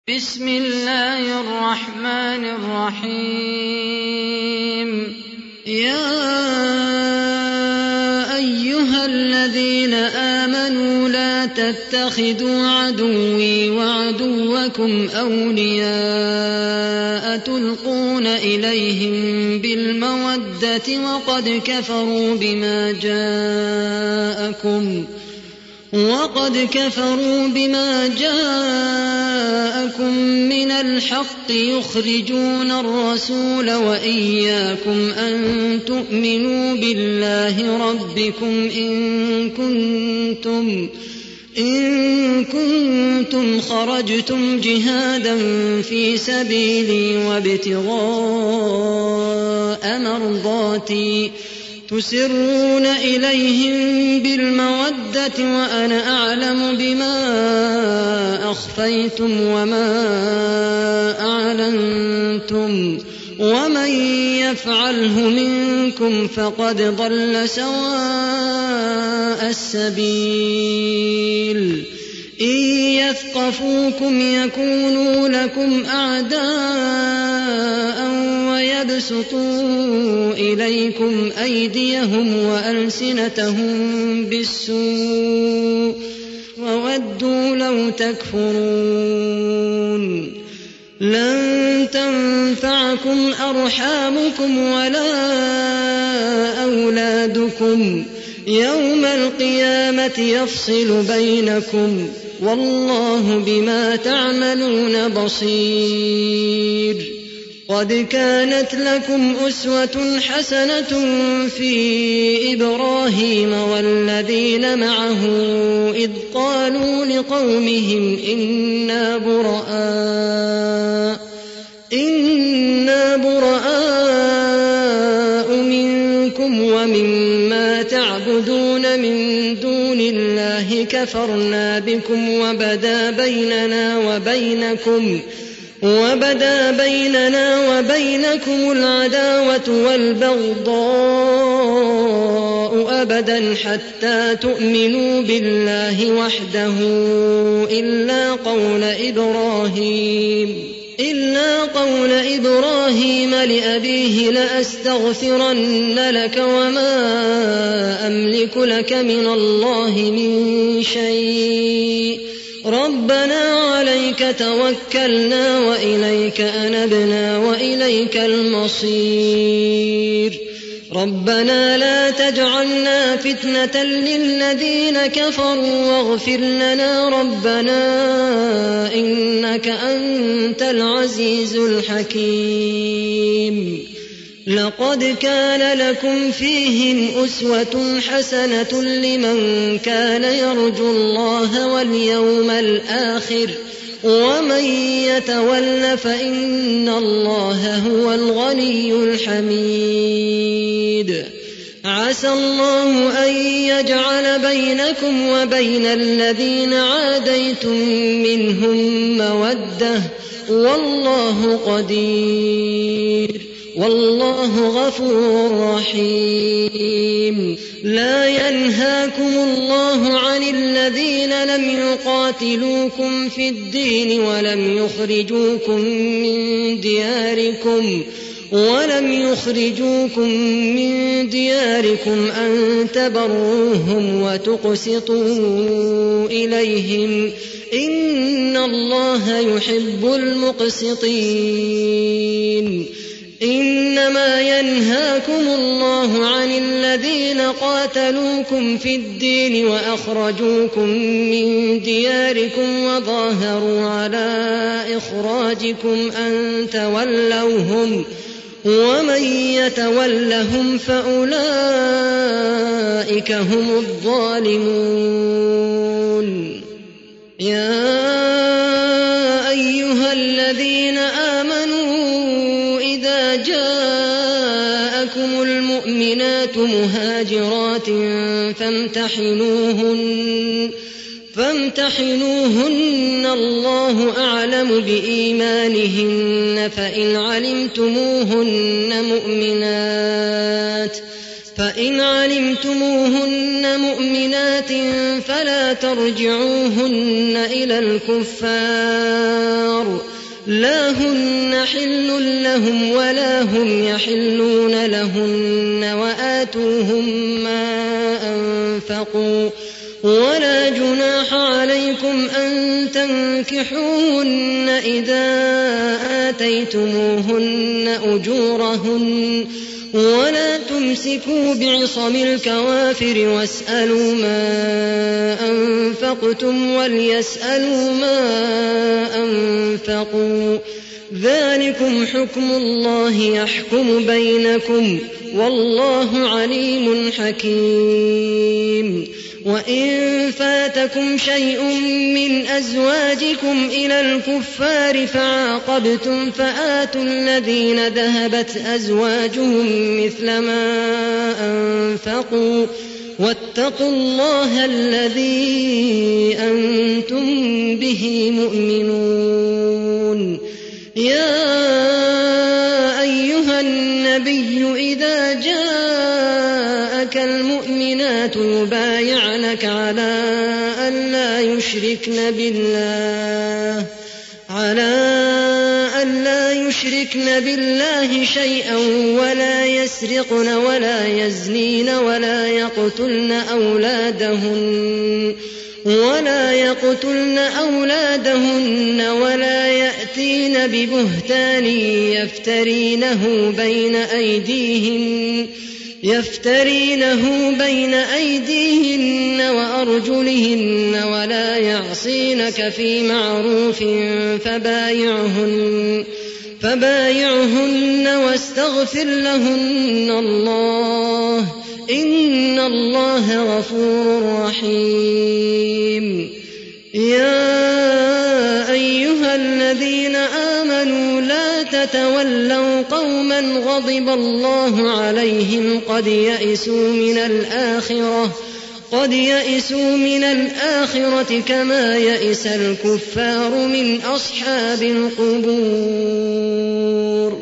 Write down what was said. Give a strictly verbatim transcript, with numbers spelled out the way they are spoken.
بسم الله الرحمن الرحيم يا أيها الذين آمنوا لا تتخذوا عدوي وعدوكم أولياء تلقون إليهم بالمودة وقد كفروا بما جاءكم وقد كفروا بما جاءكم من الحق يخرجون الرسول وإياكم أن تؤمنوا بالله ربكم إن كنتم إن كنتم خرجتم جهادا في سبيلي وابتغاء مرضاتي تسرون إليهم بالمودة وأنا أعلم بما أخفيتم وما أعلنتم ومن يفعله منكم فقد ضل سواء السبيل إن يثقفوكم يكونوا لكم أعداء ويبسطوا إليكم أيديهم وألسنتهم بالسوء وودوا لو تكفرون لن تنفعكم أرحامكم ولا أولادكم يوم القيامة يفصل بينكم والله بما تعملون بصير قد كانت لكم أسوة حسنة في إبراهيم والذين معه إذ قالوا لقومهم إنا براء إنا براء منكم ومما تعبدون من دون الله كفرنا بكم وبدا بيننا وبينكم وبدا بيننا وبينكم العداوة والبغضاء أبدا حتى تؤمنوا بالله وحده إلا قول إبراهيم إلا قول إبراهيم لأبيه لأستغفرن لك وما أملك لك من الله من شيء ربنا عليك توكلنا وإليك أنبنا وإليك المصير ربنا لا تجعلنا فتنة للذين كفروا واغفر لنا ربنا إنك أنت العزيز الحكيم لقد كان لكم فيهم أسوة حسنة لمن كان يرجو الله واليوم الآخر ومن يتول فإن الله هو الغني الحميد عسى الله أن يجعل بينكم وبين الذين عاديتم منهم مودة والله قدير والله غفور رحيم لا ينهاكم الله عن الذين لم يقاتلوكم في الدين ولم يخرجوكم من دياركم ولم يخرجوكم من دياركم أن تبروهم وتقسطوا إليهم إن الله يحب المقسطين إنما ينهاكم الله عن الذين قاتلوكم في الدين وأخرجوكم من دياركم وظاهروا على إخراجكم أن تولوهم ومن يتولهم فأولئك هم الظالمون يا أيها الذين آمنوا إذا جاءكم المؤمنات مهاجرات فامتحنوهن فامتحنوهن الله أعلم بإيمانهن فإن علمتموهن مؤمنات فإن علمتموهن مؤمنات فلا ترجعوهن إلى الكفار لا هن حل لهم ولا هم يحلون لهن وآتوهم ما أنفقوا ولا جناح عليكم أن تنكحوهن إذا آتيتموهن أجورهن ولا تمسكوا بعصم الكوافر واسألوا ما أنفقتم وليسألوا ما أنفقوا ذلكم حكم الله يحكم بينكم والله عليم حكيم وإن فاتكم شيء من أزواجكم إلى الكفار فعاقبتم فآتوا الذين ذهبت أزواجهم مثل ما أنفقوا واتقوا الله الذي أنتم به مؤمنون يا أيها النبي إذا جاءك المؤمنات يبايعنك على أن لا يشركن بالله على أن لا يشركن بالله شيئا ولا يسرقن ولا يزنين ولا يقتلن أولادهن ولا يقتلن أولادهن ولا يأتين ببهتان يفترينه بين أيديهن يفترينه بين أيديهن وأرجلهن ولا يعصينك في معروف فبايعهن فبايعهن واستغفر لهن الله إن الله غفور رحيم يا أيها الذين آمنوا لا تتولوا قوما غضب الله عليهم قد يئسوا من الآخرة قد يئسوا من الآخرة كما يئس الكفار من أصحاب القبور